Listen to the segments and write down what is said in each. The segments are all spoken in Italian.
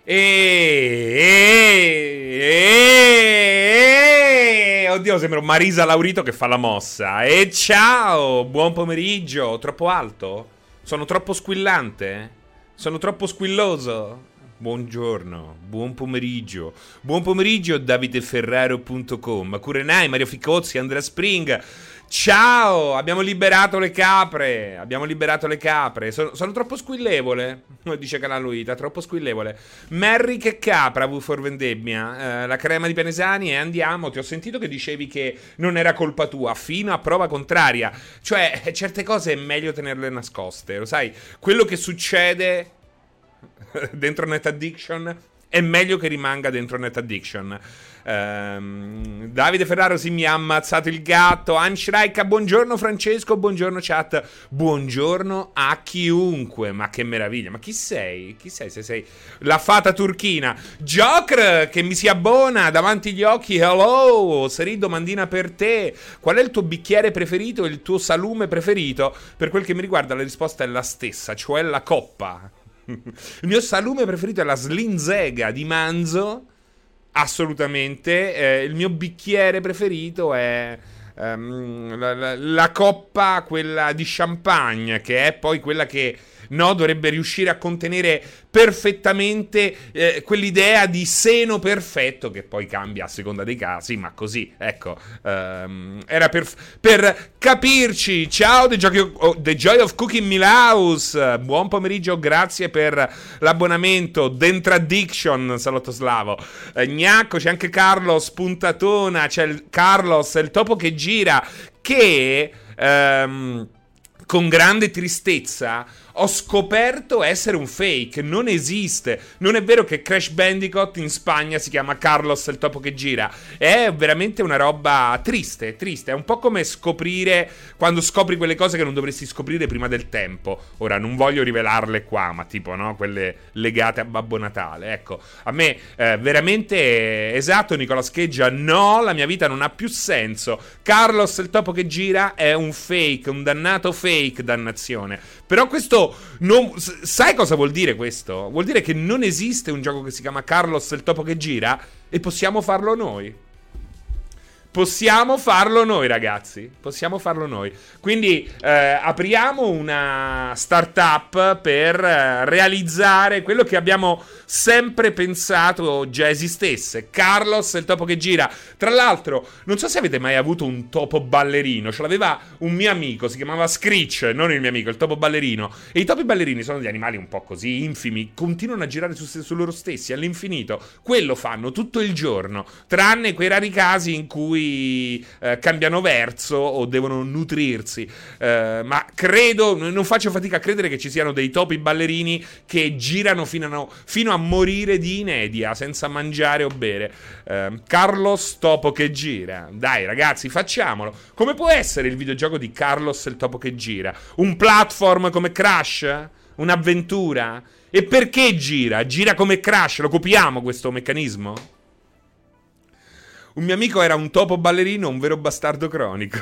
Oddio, sembra un Marisa Laurito che fa la mossa. E ciao, buon pomeriggio. Troppo alto? Sono troppo squillante? Sono troppo squilloso? Buongiorno, buon pomeriggio. Buon pomeriggio davideferraro.com. Curenai, Mario Ficozzi, Andrea Spring. Ciao, abbiamo liberato le capre. Sono troppo squillevole, dice Canaluita, troppo squillevole. Merry che capra, V for Vendemmia. La crema di Penesani e andiamo. Ti ho sentito che dicevi che non era colpa tua, fino a prova contraria. Cioè, certe cose è meglio tenerle nascoste, lo sai? Quello che succede dentro Net Addiction è meglio che rimanga dentro Net Addiction. Davide Ferraro si mi ha ammazzato il gatto. Anshraika, buongiorno Francesco, buongiorno chat, buongiorno a chiunque. Ma che meraviglia, ma chi sei? Chi sei? Se sei la fata turchina. Joker che mi si abbona davanti agli occhi. Hello, Seri, domandina per te. Qual è il tuo bicchiere preferito e il tuo salume preferito? Per quel che mi riguarda la risposta è la stessa, cioè la coppa. Il mio salume preferito è la Slinzega di Manzo. Assolutamente. Il mio bicchiere preferito è la coppa, quella di champagne, che è poi quella che dovrebbe riuscire a contenere perfettamente quell'idea di seno perfetto, che poi cambia a seconda dei casi, ma così, ecco, era per capirci. Ciao The Joy of Cooking Milhouse, buon pomeriggio, grazie per l'abbonamento. Dentradiction, salotto slavo. Gnacco, c'è anche Carlos Puntatona, c'è Carlos, il topo che gira, che con grande tristezza ho scoperto essere un fake. Non esiste. Non è vero che Crash Bandicoot in Spagna si chiama Carlos il topo che gira. È veramente una roba triste. È un po' come scoprire, quando scopri quelle cose che non dovresti scoprire prima del tempo. Ora non voglio rivelarle qua, ma tipo, no, quelle legate a Babbo Natale. Ecco, a me veramente, esatto, Nicola Scheggia, no, la mia vita non ha più senso. Carlos il topo che gira è un fake, un dannato fake, dannazione. Però questo sai cosa vuol dire questo? Vuol dire che non esiste un gioco che si chiama Carlos il topo che gira e possiamo farlo noi. Possiamo farlo noi, ragazzi. Possiamo farlo noi. Quindi apriamo una startup per realizzare quello che abbiamo sempre pensato già esistesse. Carlos, il topo che gira. Tra l'altro, non so se avete mai avuto un topo ballerino. Ce l'aveva un mio amico, si chiamava Screech, non il mio amico, il topo ballerino. E i topi ballerini sono degli animali un po' così infimi. Continuano a girare su loro stessi all'infinito. Quello fanno tutto il giorno, tranne quei rari casi in cui cambiano verso o devono nutrirsi, ma credo, non faccio fatica a credere che ci siano dei topi ballerini che girano fino a morire di inedia senza mangiare o bere. Carlos topo che gira, dai ragazzi, facciamolo. Come può essere il videogioco di Carlos il topo che gira? Un platform come Crash? Un'avventura? E perché gira? Gira come Crash, lo copiamo questo meccanismo? Un mio amico era un topo ballerino, un vero bastardo cronico.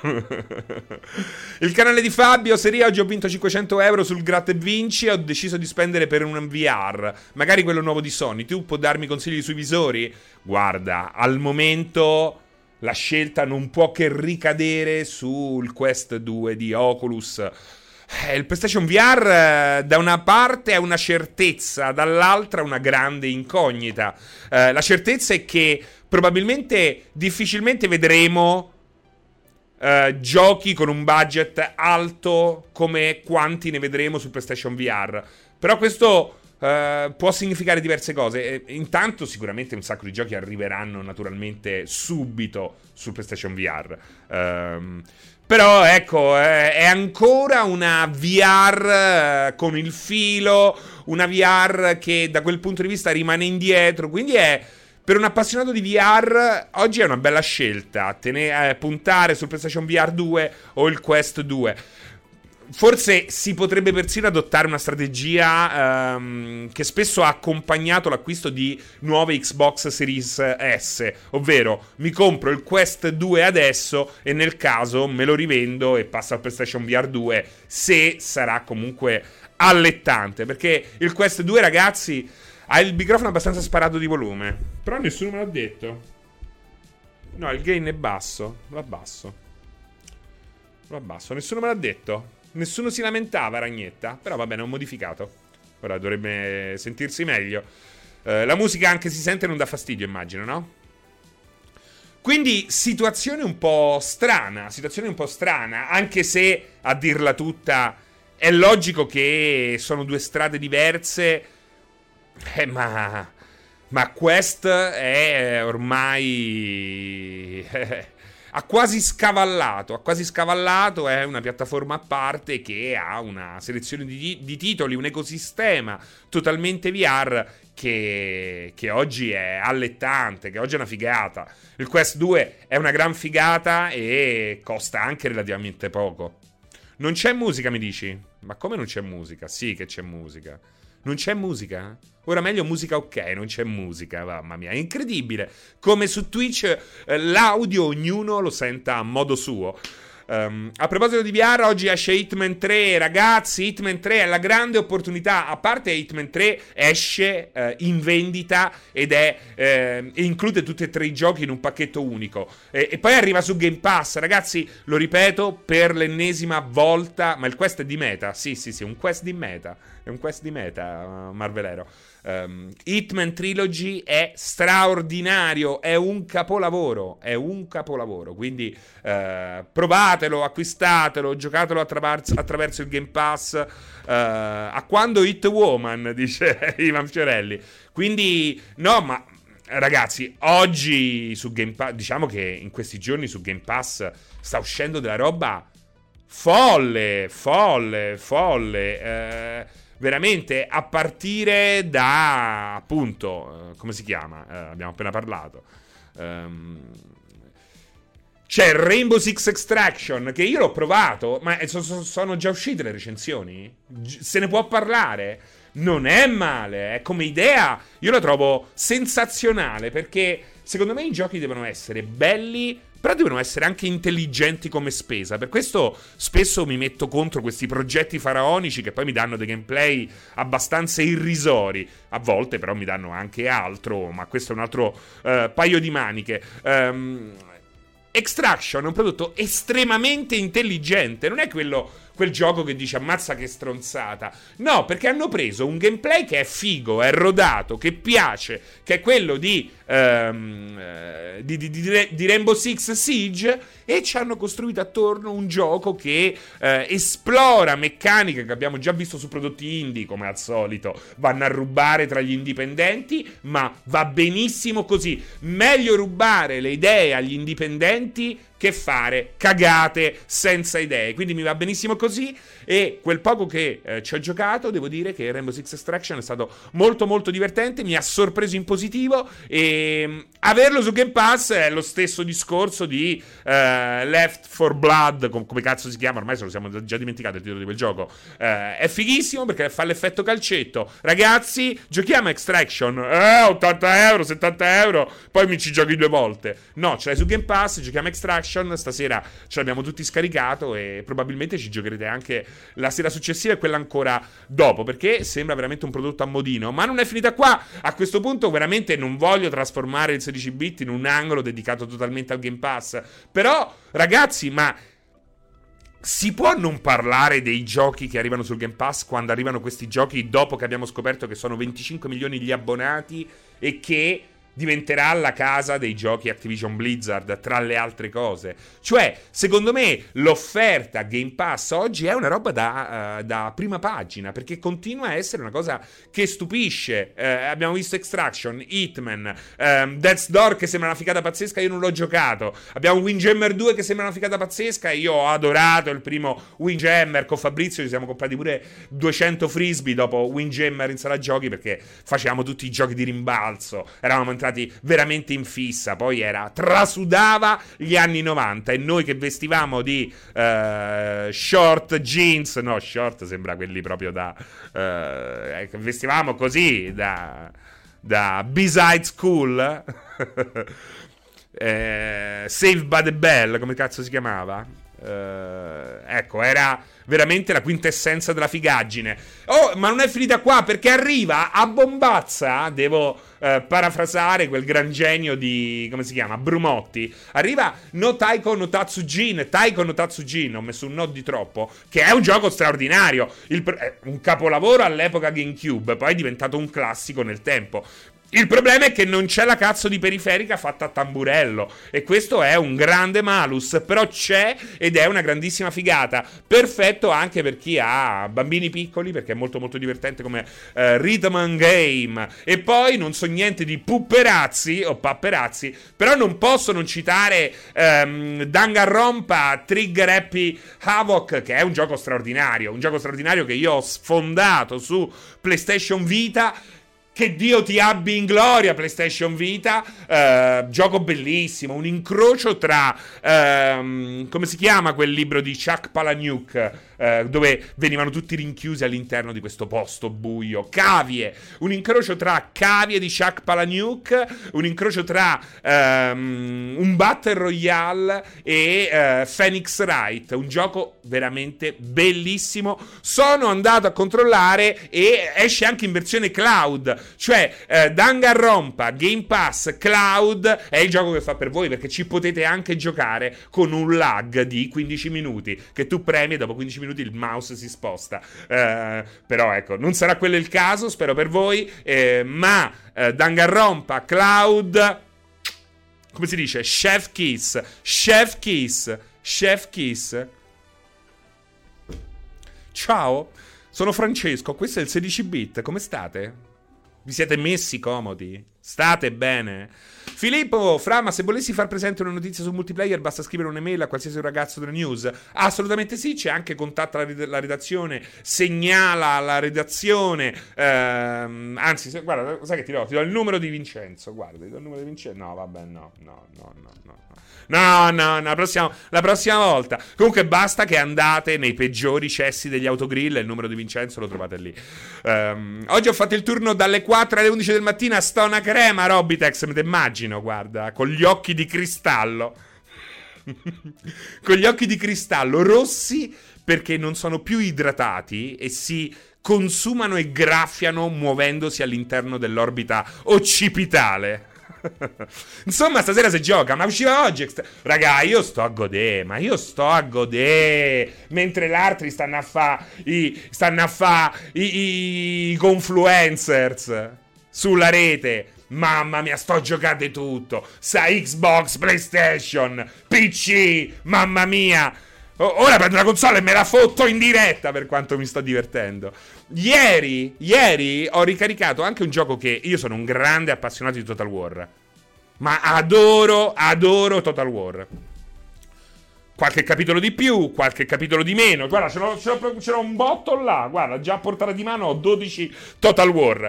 Il canale di Fabio, Seri, oggi ho vinto 500 euro sul Gratta e Vinci e ho deciso di spendere per un VR, magari quello nuovo di Sony. Tu puoi darmi consigli sui visori? Guarda, al momento la scelta non può che ricadere sul Quest 2 di Oculus. Il PlayStation VR da una parte è una certezza, dall'altra una grande incognita. La certezza è che probabilmente difficilmente vedremo giochi con un budget alto come quanti ne vedremo su PlayStation VR. Però questo può significare diverse cose. Intanto sicuramente un sacco di giochi arriveranno naturalmente subito sul PlayStation VR. Però ecco, è ancora una VR con il filo, una VR che da quel punto di vista rimane indietro. Quindi per un appassionato di VR oggi è una bella scelta puntare sul PlayStation VR 2 o il Quest 2. Forse si potrebbe persino adottare una strategia che spesso ha accompagnato l'acquisto di nuove Xbox Series S, ovvero mi compro il Quest 2 adesso e nel caso me lo rivendo e passo al PlayStation VR 2, se sarà comunque allettante, perché il Quest 2, ragazzi, Hai il microfono abbastanza sparato di volume. Però nessuno me l'ha detto. No, il gain è basso. Lo abbasso. Nessuno me l'ha detto. Nessuno si lamentava, Ragnetta. Però va bene, ho modificato. Ora dovrebbe sentirsi meglio. La musica anche si sente e non dà fastidio, immagino, no? Quindi situazione un po' strana. Anche se, a dirla tutta, è logico che sono due strade diverse. Ma Quest è ormai ha quasi scavallato, è una piattaforma a parte che ha una selezione di titoli, un ecosistema totalmente VR che oggi è allettante, che oggi è una figata. Il Quest 2 è una gran figata e costa anche relativamente poco. Non c'è musica, mi dici? Ma come non c'è musica? Sì che c'è musica. Non c'è musica? Ora meglio musica ok, non c'è musica, mamma mia, è incredibile. Come su Twitch l'audio ognuno lo senta a modo suo. A proposito di VR, oggi esce Hitman 3, ragazzi. Hitman 3 è la grande opportunità. A parte Hitman 3 esce in vendita ed include tutti e tre i giochi in un pacchetto unico. E poi arriva su Game Pass, ragazzi. Lo ripeto per l'ennesima volta. Ma il quest è di meta. Sì, un quest di meta. È un quest di meta, Marvelero. Hitman Trilogy è straordinario, è un capolavoro. Quindi provatelo, acquistatelo, giocatelo attraverso il Game Pass. A quando Hitwoman, dice Ivan Fiorelli. Quindi, no, ma ragazzi, oggi su Game Pass, diciamo che in questi giorni su Game Pass sta uscendo della roba folle. Veramente, a partire da, appunto, come si chiama? Abbiamo appena parlato. C'è Rainbow Six Extraction, che io l'ho provato, ma sono già uscite le recensioni? Se ne può parlare? Non è male, come idea io la trovo sensazionale, perché secondo me i giochi devono essere belli, però devono essere anche intelligenti come spesa. Per questo spesso mi metto contro questi progetti faraonici che poi mi danno dei gameplay abbastanza irrisori. A volte però mi danno anche altro, ma questo è un altro paio di maniche. Extraction è un prodotto estremamente intelligente, non è quel gioco che dice ammazza che stronzata. No, perché hanno preso un gameplay che è figo, è rodato, che piace, che è quello di Rainbow Six Siege, e ci hanno costruito attorno un gioco che esplora meccaniche che abbiamo già visto su prodotti indie, come al solito vanno a rubare tra gli indipendenti, ma va benissimo così. Meglio rubare le idee agli indipendenti che fare cagate senza idee. Quindi mi va benissimo così. E quel poco che ci ho giocato, devo dire che Rainbow Six Extraction è stato molto molto divertente, mi ha sorpreso in positivo, e averlo su Game Pass è lo stesso discorso di Left 4 Blood, come cazzo si chiama, ormai se lo siamo già dimenticato il titolo di quel gioco. È fighissimo perché fa l'effetto calcetto. Ragazzi, giochiamo Extraction, 80 euro, 70 euro, poi mi ci giochi due volte. No, ce l'hai su Game Pass, giochiamo Extraction, stasera ce l'abbiamo tutti scaricato e probabilmente ci giocherete anche la sera successiva e quella ancora dopo, perché sembra veramente un prodotto a modino. Ma non è finita qua. A questo punto veramente non voglio trasformare il 16 bit in un angolo dedicato totalmente al Game Pass, però ragazzi, ma si può non parlare dei giochi che arrivano sul Game Pass quando arrivano questi giochi dopo che abbiamo scoperto che sono 25 milioni gli abbonati e che diventerà la casa dei giochi Activision Blizzard, tra le altre cose? Cioè, secondo me l'offerta Game Pass oggi è una roba da prima pagina, perché continua a essere una cosa che stupisce. Abbiamo visto Extraction, Hitman, Death's Door che sembra una figata pazzesca, io non l'ho giocato. Abbiamo Windjammer 2 che sembra una figata pazzesca, io ho adorato il primo Windjammer. Con Fabrizio ci siamo comprati pure 200 frisbee dopo Windjammer in sala giochi, perché facevamo tutti i giochi di rimbalzo, eravamo entrati veramente in fissa. Poi trasudava gli anni 90 e noi che vestivamo di short jeans, no, short sembra quelli proprio vestivamo così da B-Side School. Saved by the Bell, come cazzo si chiamava? Ecco, era veramente la quintessenza della figaggine. Oh, ma non è finita qua, perché arriva a bombazza, devo parafrasare quel gran genio di, come si chiama, Brumotti. Arriva no Taiko no Tatsujin, Taiko no Tatsujin, ho messo un no di troppo, che è un gioco straordinario, un capolavoro all'epoca GameCube, poi è diventato un classico nel tempo. Il problema è che non c'è la cazzo di periferica fatta a tamburello, e questo è un grande malus, però c'è ed è una grandissima figata. Perfetto anche per chi ha bambini piccoli, perché è molto molto divertente come rhythm and game. E poi non so niente di pupperazzi o papperazzi, però non posso non citare Danganronpa Trigger Happy Havoc, che è un gioco straordinario che io ho sfondato su PlayStation Vita. Che Dio ti abbi in gloria, PlayStation Vita. Gioco bellissimo, un incrocio tra come si chiama quel libro di Chuck Palahniuk, dove venivano tutti rinchiusi all'interno di questo posto buio. Cavie, un incrocio tra Cavie di Chuck Palahniuk, un incrocio tra un Battle Royale e Phoenix Wright, un gioco veramente bellissimo. Sono andato a controllare e esce anche in versione cloud. Cioè Danganronpa Game Pass Cloud è il gioco che fa per voi, perché ci potete anche giocare con un lag di 15 minuti che tu premi e dopo 15 minuti il mouse si sposta. Però ecco, non sarà quello il caso, spero per voi, ma Danganronpa Cloud, come si dice? Chef Kiss. Ciao, sono Francesco, questo è il 16 bit, come state? Vi siete messi comodi? State bene? Filippo, Fra, ma se volessi far presente una notizia sul multiplayer basta scrivere un'email a qualsiasi ragazzo delle news? Assolutamente sì, c'è anche contatta la redazione, segnala la redazione, anzi, guarda, sai che ti do il numero di Vincenzo, guarda, ti do il numero di Vincenzo, no, vabbè, no, la prossima volta. Comunque basta che andate nei peggiori cessi degli autogrill e il numero di Vincenzo lo trovate lì. Oggi ho fatto il turno dalle 4 alle 11 del mattino, sta una crema Robitex, me te immagino, guarda, con gli occhi di cristallo. Con gli occhi di cristallo rossi perché non sono più idratati e si consumano e graffiano muovendosi all'interno dell'orbita occipitale. Insomma, stasera si gioca, ma usciva oggi. Raga, io sto a godere, mentre gli altri stanno a fa i confluencers sulla rete. Mamma mia, sto giocando tutto. Sa Xbox, PlayStation, PC, mamma mia. Ora prendo la console e me la fotto in diretta, per quanto mi sto divertendo. Ieri ho ricaricato anche un gioco che io sono un grande appassionato di Total War, ma adoro Total War. Qualche capitolo di più, qualche capitolo di meno. Guarda, ce l'ho un botto là. Guarda, già a portata di mano ho 12 Total War.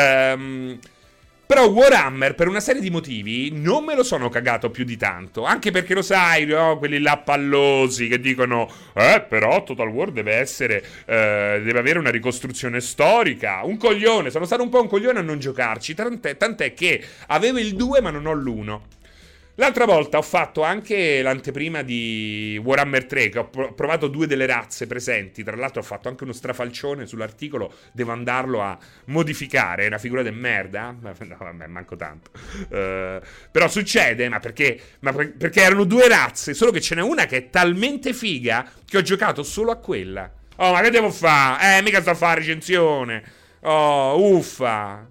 Però Warhammer, per una serie di motivi, non me lo sono cagato più di tanto. Anche perché lo sai, no? Quelli là pallosi che dicono però Total War deve avere una ricostruzione storica. Un coglione, sono stato un po' un coglione a non giocarci. Tant'è che avevo il 2 ma non ho l'1. L'altra volta ho fatto anche l'anteprima di Warhammer 3, che ho provato 2 delle razze presenti. Tra l'altro ho fatto anche uno strafalcione sull'articolo, devo andarlo a modificare, è una figura de merda. No, vabbè, manco tanto. Però succede, ma perché erano 2 razze, solo che ce n'è una che è talmente figa che ho giocato solo a quella. Oh, ma che devo fare? Mica sto a fare recensione. Oh, uffa.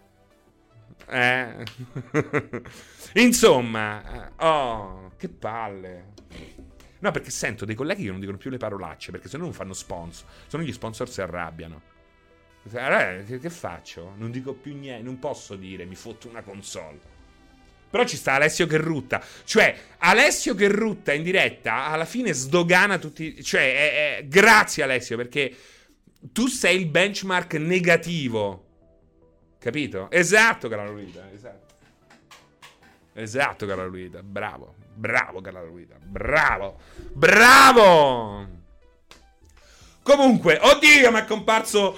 Insomma, che palle. No, perché sento dei colleghi che non dicono più le parolacce, perché se no non fanno sponsor. Se no gli sponsor si arrabbiano. Che faccio? Non dico più niente, non posso dire mi fotto una console. Però ci sta Alessio che rutta. Cioè, Alessio che rutta in diretta alla fine sdogana tutti. Cioè, grazie Alessio, perché tu sei il benchmark negativo. Capito? Esatto, cara Luida, esatto, cara Luida. Bravo, cara Luida. Bravo. Comunque, oddio, mi è comparso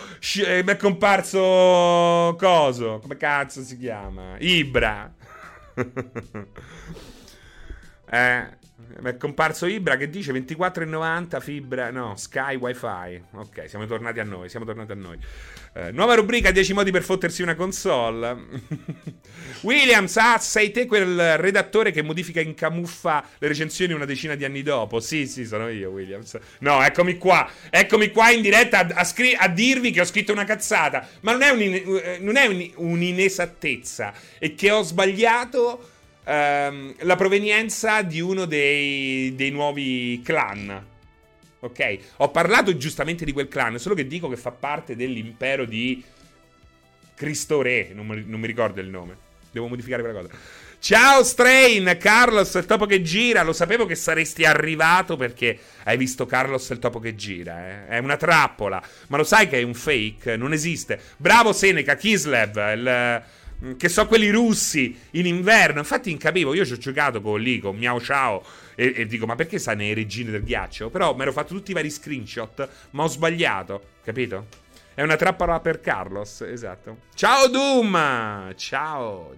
coso. Come cazzo si chiama? Ibra. Mi è comparso Ibra che dice 24,90 fibra. No, Sky Wi-Fi. Ok, siamo tornati a noi. Nuova rubrica: 10 modi per fottersi una console. Williams, sei te quel redattore che modifica in camuffa le recensioni una decina di anni dopo? Sì, sono io, Williams. No, eccomi qua in diretta a dirvi che ho scritto una cazzata. Ma non è un'inesattezza. E che ho sbagliato la provenienza di uno dei nuovi clan. Ok, ho parlato giustamente di quel clan, solo che dico che fa parte dell'impero di Cristo Re. Non mi ricordo il nome. Devo modificare quella cosa. Ciao Strain, Carlos il topo che gira. Lo sapevo che saresti arrivato perché hai visto Carlos il topo che gira. È una trappola. Ma lo sai che è un fake? Non esiste. Bravo Seneca, Kislev, che so quelli russi in inverno. Infatti incapivo. Io ci ho giocato con Miao Ciao e dico ma perché sta nei regine del ghiaccio? Però mi ero fatto tutti i vari screenshot, ma ho sbagliato, capito? È una trappola per Carlos, esatto. Ciao Doom. Ciao.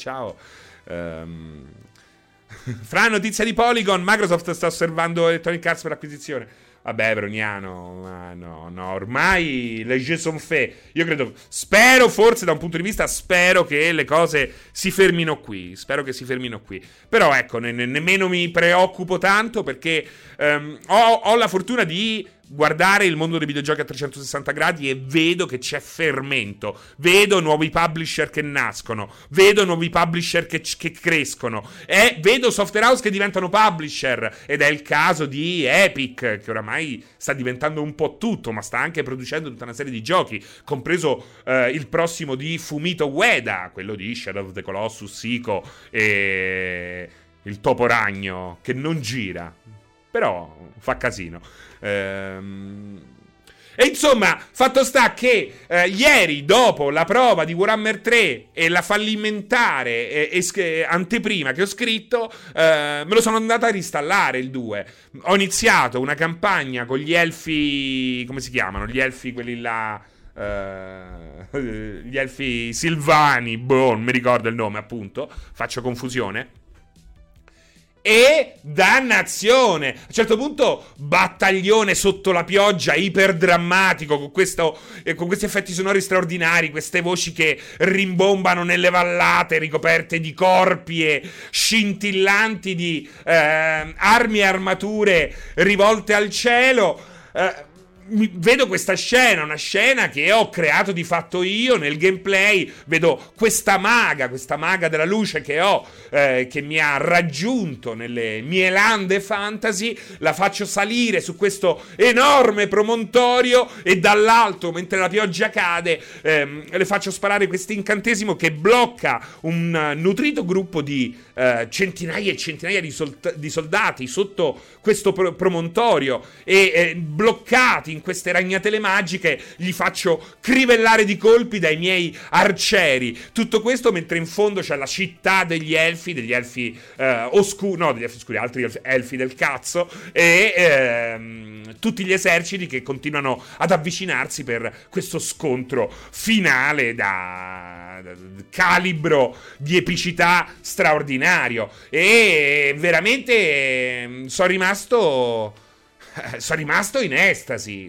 Fra, notizia di Polygon, Microsoft sta osservando Electronic Arts per l'acquisizione. Vabbè, Broniano, ma no, ormai le jeux sont faits. Io spero, forse da un punto di vista, spero che le cose si fermino qui. Però ecco, nemmeno mi preoccupo tanto perché ho la fortuna di guardare il mondo dei videogiochi a 360 gradi e vedo che c'è fermento, vedo nuovi publisher che nascono, vedo nuovi publisher che crescono, e vedo software house che diventano publisher, ed è il caso di Epic, che oramai sta diventando un po' tutto, ma sta anche producendo tutta una serie di giochi, compreso il prossimo di Fumito Ueda, quello di Shadow of the Colossus, Ico e il Topo Ragno, che non gira, però fa casino. E insomma, fatto sta che ieri, dopo la prova di Warhammer 3 e la fallimentare anteprima che ho scritto, me lo sono andato a reinstallare il 2. Ho iniziato una campagna con gli elfi, come si chiamano? Gli elfi quelli là, gli elfi Silvani, non mi ricordo il nome, appunto, faccio confusione. E dannazione, a un certo punto battaglione sotto la pioggia iperdrammatico con questi effetti sonori straordinari, queste voci che rimbombano nelle vallate ricoperte di corpi e scintillanti di armi e armature rivolte al cielo. Vedo questa scena, una scena che ho creato di fatto io nel gameplay. Vedo questa maga della luce che ho, che mi ha raggiunto nelle mie lande fantasy. La faccio salire su questo enorme promontorio e dall'alto, mentre la pioggia cade, le faccio sparare questo incantesimo che blocca un nutrito gruppo di centinaia e centinaia di soldati sotto questo promontorio, e bloccati in queste ragnatele magiche li faccio crivellare di colpi dai miei arcieri. Tutto questo mentre in fondo c'è la città degli elfi oscuri, no, degli elfi oscuri, altri elfi del cazzo, e tutti gli eserciti che continuano ad avvicinarsi per questo scontro finale da calibro di epicità straordinario. E veramente sono rimasto in estasi.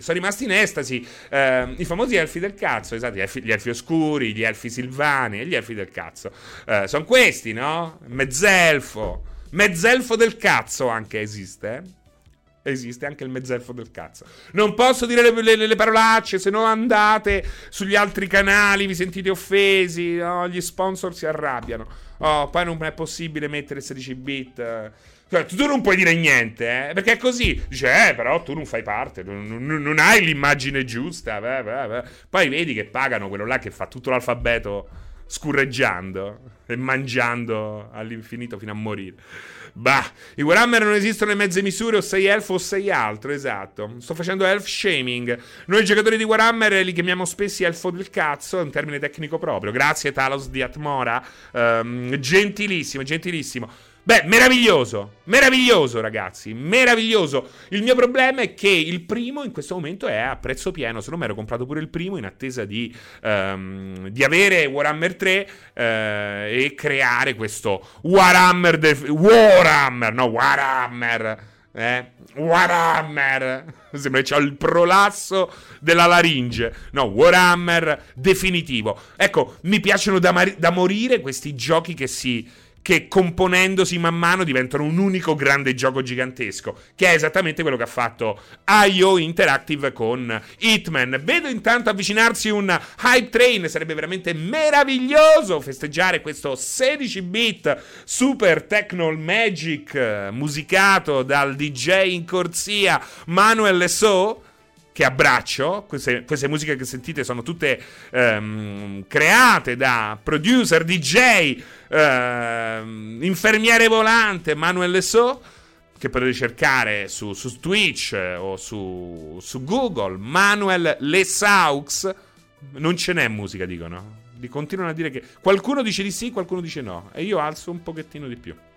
I famosi elfi del cazzo, esatto, gli elfi oscuri, gli elfi silvani e gli elfi del cazzo. Sono questi, no? Mezzelfo del cazzo anche esiste, Esiste anche il mezzelfo del cazzo. Non posso dire le parolacce, se no andate sugli altri canali, vi sentite offesi, no? Gli sponsor si arrabbiano. Oh, poi non è possibile mettere 16 bit. Tu non puoi dire niente, perché è così. Dice, però tu non fai parte, non hai l'immagine giusta. Poi vedi che pagano quello là che fa tutto l'alfabeto scurreggiando e mangiando all'infinito fino a morire. Bah, i Warhammer non esistono le mezze misure, o sei elfo o sei altro, esatto. Sto facendo elf shaming. Noi giocatori di Warhammer li chiamiamo spesso elfo del cazzo, è un termine tecnico proprio. Grazie Talos di Atmora, gentilissimo. Beh, meraviglioso ragazzi, meraviglioso. Il mio problema è che il primo in questo momento è a prezzo pieno, se no mi ero comprato pure il primo in attesa di avere Warhammer 3 e creare questo Warhammer, sembra che c'ho il prolasso della laringe. No, Warhammer definitivo. Ecco, mi piacciono da morire questi giochi che componendosi man mano diventano un unico grande gioco gigantesco, che è esattamente quello che ha fatto IO Interactive con Hitman. Vedo intanto avvicinarsi un hype train, sarebbe veramente meraviglioso festeggiare questo 16-bit Super Techno Magic musicato dal DJ in corsia Manuel So, che abbraccio. Queste musiche che sentite sono tutte create da producer, DJ, infermiere volante Manuel So, che potete cercare su Twitch o su Google. Manuel Lesaux. Non ce n'è musica, dicono. Continuano a dire che qualcuno dice di sì, qualcuno dice no, e io alzo un pochettino di più.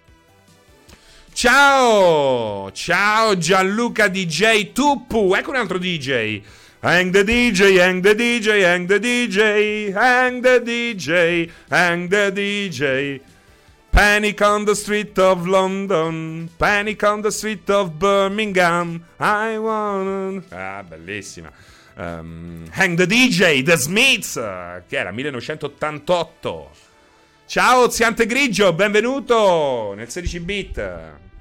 Ciao Gianluca DJ Tuppu, ecco un altro DJ. Hang the DJ, hang the DJ, hang the DJ, hang the DJ, hang the DJ. Panic on the street of London, panic on the street of Birmingham, I wanna... Ah, bellissima. Hang the DJ, The Smiths, che era 1988. Ciao Oziante Grigio, benvenuto nel 16-bit.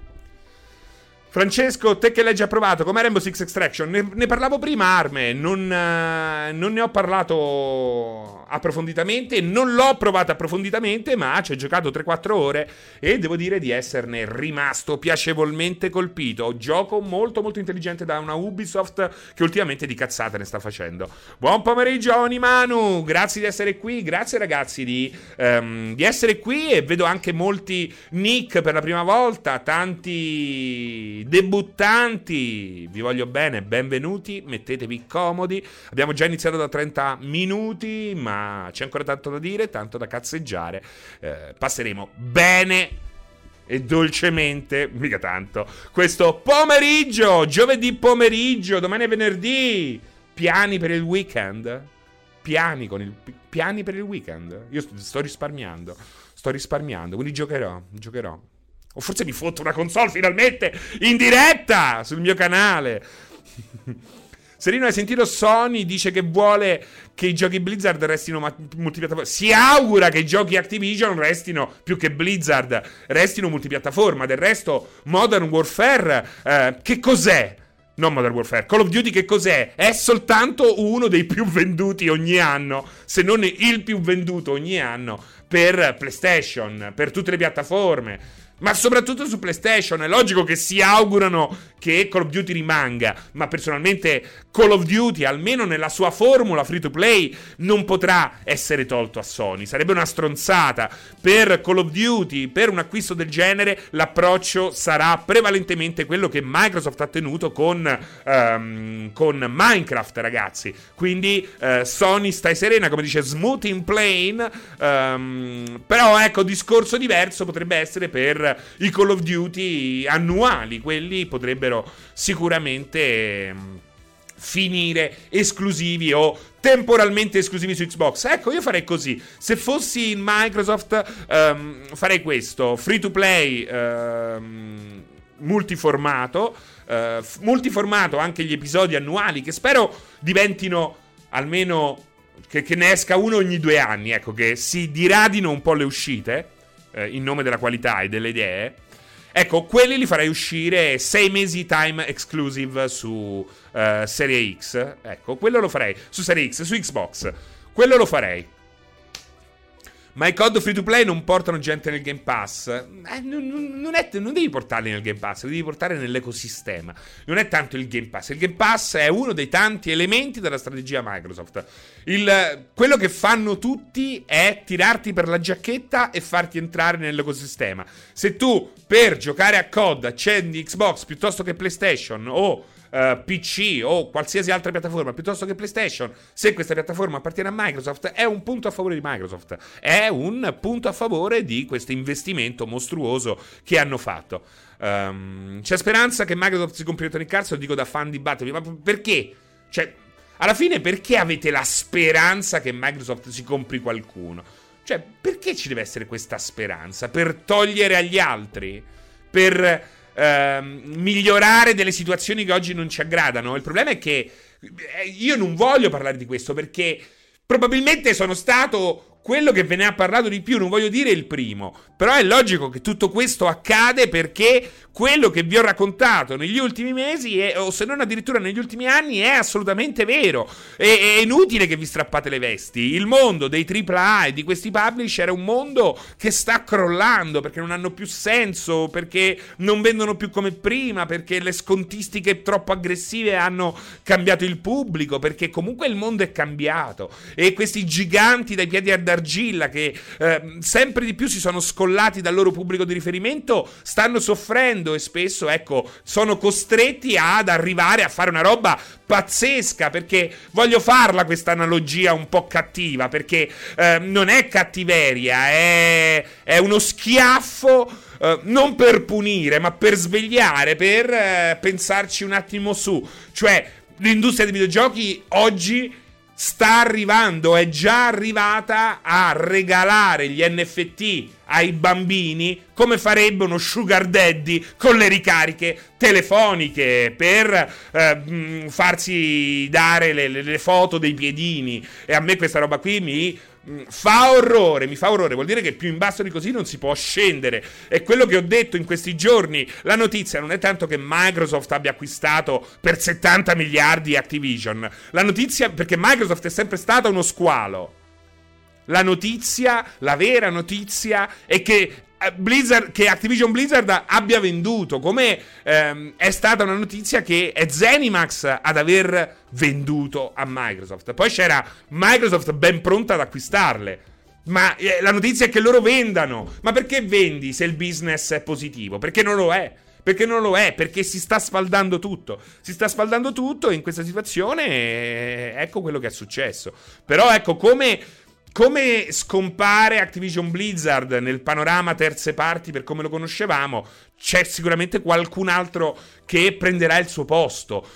Francesco, te che l'hai già provato, com'è Rainbow Six Extraction? Ne parlavo prima, Arme, non ne ho parlato approfonditamente, non l'ho provato approfonditamente, ma ci ho giocato 3-4 ore e devo dire di esserne rimasto piacevolmente colpito. Gioco molto molto intelligente da una Ubisoft che ultimamente di cazzate ne sta facendo. Buon pomeriggio Onimanu, grazie di essere qui, grazie ragazzi di essere qui, e vedo anche molti nick per la prima volta, tanti debuttanti, vi voglio bene, benvenuti, mettetevi comodi. Abbiamo già iniziato da 30 minuti, ma c'è ancora tanto da dire, tanto da cazzeggiare. Passeremo bene e dolcemente, mica tanto, questo pomeriggio, giovedì pomeriggio, domani è venerdì. Piani per il weekend? Piani per il weekend? Io sto risparmiando, quindi giocherò. O forse mi fotto una console finalmente in diretta sul mio canale. Serino, hai sentito? Sony dice che vuole che i giochi Blizzard restino multipiattaforma. Si augura che i giochi Activision restino, più che Blizzard, restino multipiattaforma. Del resto, Modern Warfare, che cos'è? Non Modern Warfare, Call of Duty che cos'è? È soltanto uno dei più venduti ogni anno, se non il più venduto ogni anno per PlayStation, per tutte le piattaforme. Ma soprattutto su PlayStation è logico che si augurano che Call of Duty rimanga, ma personalmente Call of Duty, almeno nella sua formula free to play, non potrà essere tolto a Sony. Sarebbe una stronzata. Per Call of Duty, per un acquisto del genere, l'approccio sarà prevalentemente quello che Microsoft ha tenuto con Minecraft, ragazzi. Quindi Sony stai serena, come dice Smooth in Plane. Però ecco, discorso diverso potrebbe essere per i Call of Duty annuali. Quelli potrebbero sicuramente finire esclusivi o temporalmente esclusivi su Xbox. Ecco, io farei così. Se fossi in Microsoft farei questo: free to play, multiformato, anche gli episodi annuali, che spero diventino almeno che ne esca uno ogni 2 anni, ecco, che si diradino un po' le uscite in nome della qualità e delle idee. Ecco, quelli li farei uscire 6 mesi time exclusive su Serie X. Ecco, quello lo farei. Su Serie X, su Xbox. Quello lo farei. Ma i COD free to play non portano gente nel Game Pass. Non devi portarli nel Game Pass, li devi portare nell'ecosistema. Non è tanto il Game Pass. Il Game Pass è uno dei tanti elementi della strategia Microsoft. Quello che fanno tutti è tirarti per la giacchetta e farti entrare nell'ecosistema. Se tu per giocare a COD accendi Xbox piuttosto che PlayStation o PC o qualsiasi altra piattaforma piuttosto che PlayStation, se questa piattaforma appartiene a Microsoft, è un punto a favore di Microsoft, è un punto a favore di questo investimento mostruoso che hanno fatto. C'è speranza che Microsoft si compri Electronic Arts, lo dico da fan di Battlefield, ma perché? Cioè, alla fine perché avete la speranza che Microsoft si compri qualcuno? Cioè, perché ci deve essere questa speranza? Per togliere agli altri? Per migliorare delle situazioni che oggi non ci aggradano? Il problema è che io non voglio parlare di questo, perché probabilmente sono stato quello che ve ne ha parlato di più, non voglio dire il primo, però è logico che tutto questo accade perché quello che vi ho raccontato negli ultimi mesi, o se non addirittura negli ultimi anni, è assolutamente vero. È inutile che vi strappate le vesti. Il mondo dei AAA e di questi publisher è un mondo che sta crollando, perché non hanno più senso, perché non vendono più come prima, perché le scontistiche troppo aggressive hanno cambiato il pubblico, perché comunque il mondo è cambiato. E questi giganti dai piedi d'argilla che sempre di più si sono scollati dal loro pubblico di riferimento stanno soffrendo, e spesso, ecco, sono costretti ad arrivare a fare una roba pazzesca, perché voglio farla questa analogia un po' cattiva, perché non è cattiveria, è uno schiaffo, non per punire ma per svegliare, per pensarci un attimo su. Cioè, l'industria dei videogiochi oggi sta arrivando, è già arrivata a regalare gli NFT ai bambini come farebbe uno sugar daddy con le ricariche telefoniche per farsi dare le foto dei piedini. E a me questa roba qui mi fa orrore, vuol dire che più in basso di così non si può scendere. È quello che ho detto in questi giorni. La notizia non è tanto che Microsoft abbia acquistato per 70 miliardi Activision, la notizia, perché Microsoft è sempre stata uno squalo. La notizia, la vera notizia è che che Activision Blizzard abbia venduto, come è stata una notizia che è Zenimax ad aver venduto a Microsoft. Poi c'era Microsoft ben pronta ad acquistarle, ma la notizia è che loro vendano. Ma perché vendi se il business è positivo? Perché non lo è. Perché non lo è, perché si sta sfaldando tutto. Si sta sfaldando tutto, e in questa situazione ecco quello che è successo. Però ecco come scompare Activision Blizzard nel panorama terze parti per come lo conoscevamo, c'è sicuramente qualcun altro che prenderà il suo posto.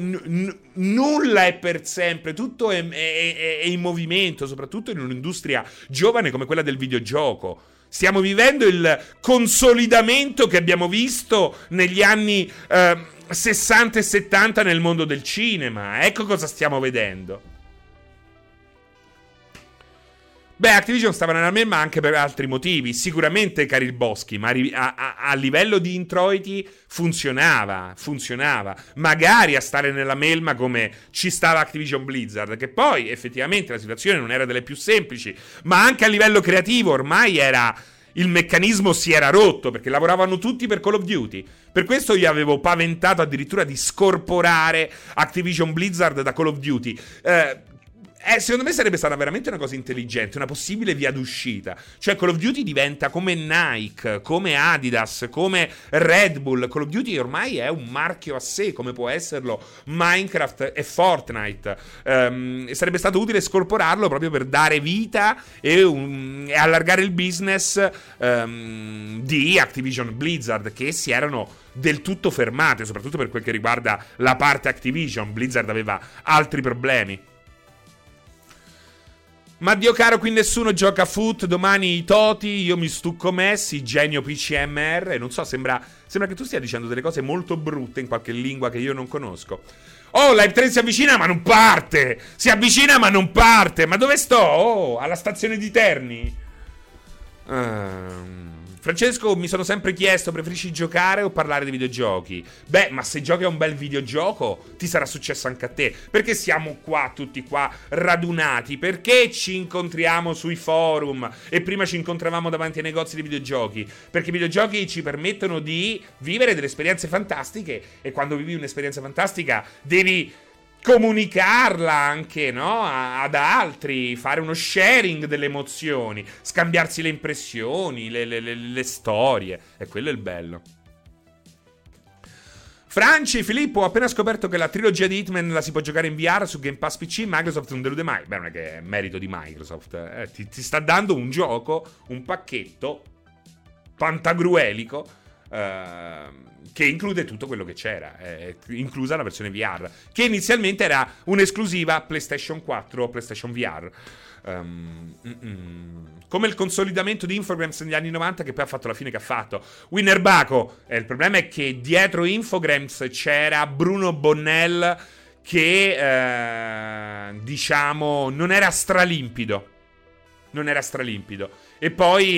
Nulla è per sempre, tutto è in movimento, soprattutto in un'industria giovane come quella del videogioco. Stiamo vivendo il consolidamento che abbiamo visto negli anni 60 e 70 nel mondo del cinema. Ecco cosa stiamo vedendo. Beh, Activision stava nella melma anche per altri motivi. Sicuramente Boschi, ma a livello di introiti funzionava. Magari a stare nella melma come ci stava Activision Blizzard, che poi effettivamente la situazione non era delle più semplici, ma anche a livello creativo ormai il meccanismo si era rotto, perché lavoravano tutti per Call of Duty. Per questo io avevo paventato addirittura di scorporare Activision Blizzard da Call of Duty. Secondo me sarebbe stata veramente una cosa intelligente, una possibile via d'uscita. Cioè Call of Duty diventa come Nike, come Adidas, come Red Bull. Call of Duty ormai è un marchio a sé, come può esserlo Minecraft e Fortnite. Sarebbe stato utile scorporarlo proprio per dare vita e allargare il business di Activision Blizzard, che si erano del tutto fermate, soprattutto per quel che riguarda la parte Activision. Blizzard aveva altri problemi. Ma Dio caro, qui nessuno gioca foot, domani i Toti, io mi stucco Messi, genio PCMR. Non so, sembra che tu stia dicendo delle cose molto brutte in qualche lingua che io non conosco. Oh, Live 3 si avvicina ma non parte! Si avvicina ma non parte! Ma dove sto? Oh, alla stazione di Terni? Francesco, mi sono sempre chiesto, preferisci giocare o parlare di videogiochi? Beh, ma se giochi a un bel videogioco ti sarà successo anche a te. Perché siamo qua, tutti qua, radunati? Perché ci incontriamo sui forum e prima ci incontravamo davanti ai negozi di videogiochi? Perché i videogiochi ci permettono di vivere delle esperienze fantastiche, e quando vivi un'esperienza fantastica devi comunicarla anche, no? Ad altri, fare uno sharing delle emozioni, scambiarsi le impressioni, le storie, e quello è il bello. Franci, Filippo, ho appena scoperto che la trilogia di Hitman la si può giocare in VR su Game Pass PC. Microsoft non delude mai. Beh, non è che è merito di Microsoft. Ti sta dando un gioco, un pacchetto pantagruelico che include tutto quello che c'era, inclusa la versione VR, che inizialmente era un'esclusiva PlayStation 4 o PlayStation VR. Come il consolidamento di Infogrames negli anni 90, che poi ha fatto la fine che ha fatto. Winner Baco, il problema è che dietro Infogrames c'era Bruno Bonnell che diciamo non era stralimpido. E poi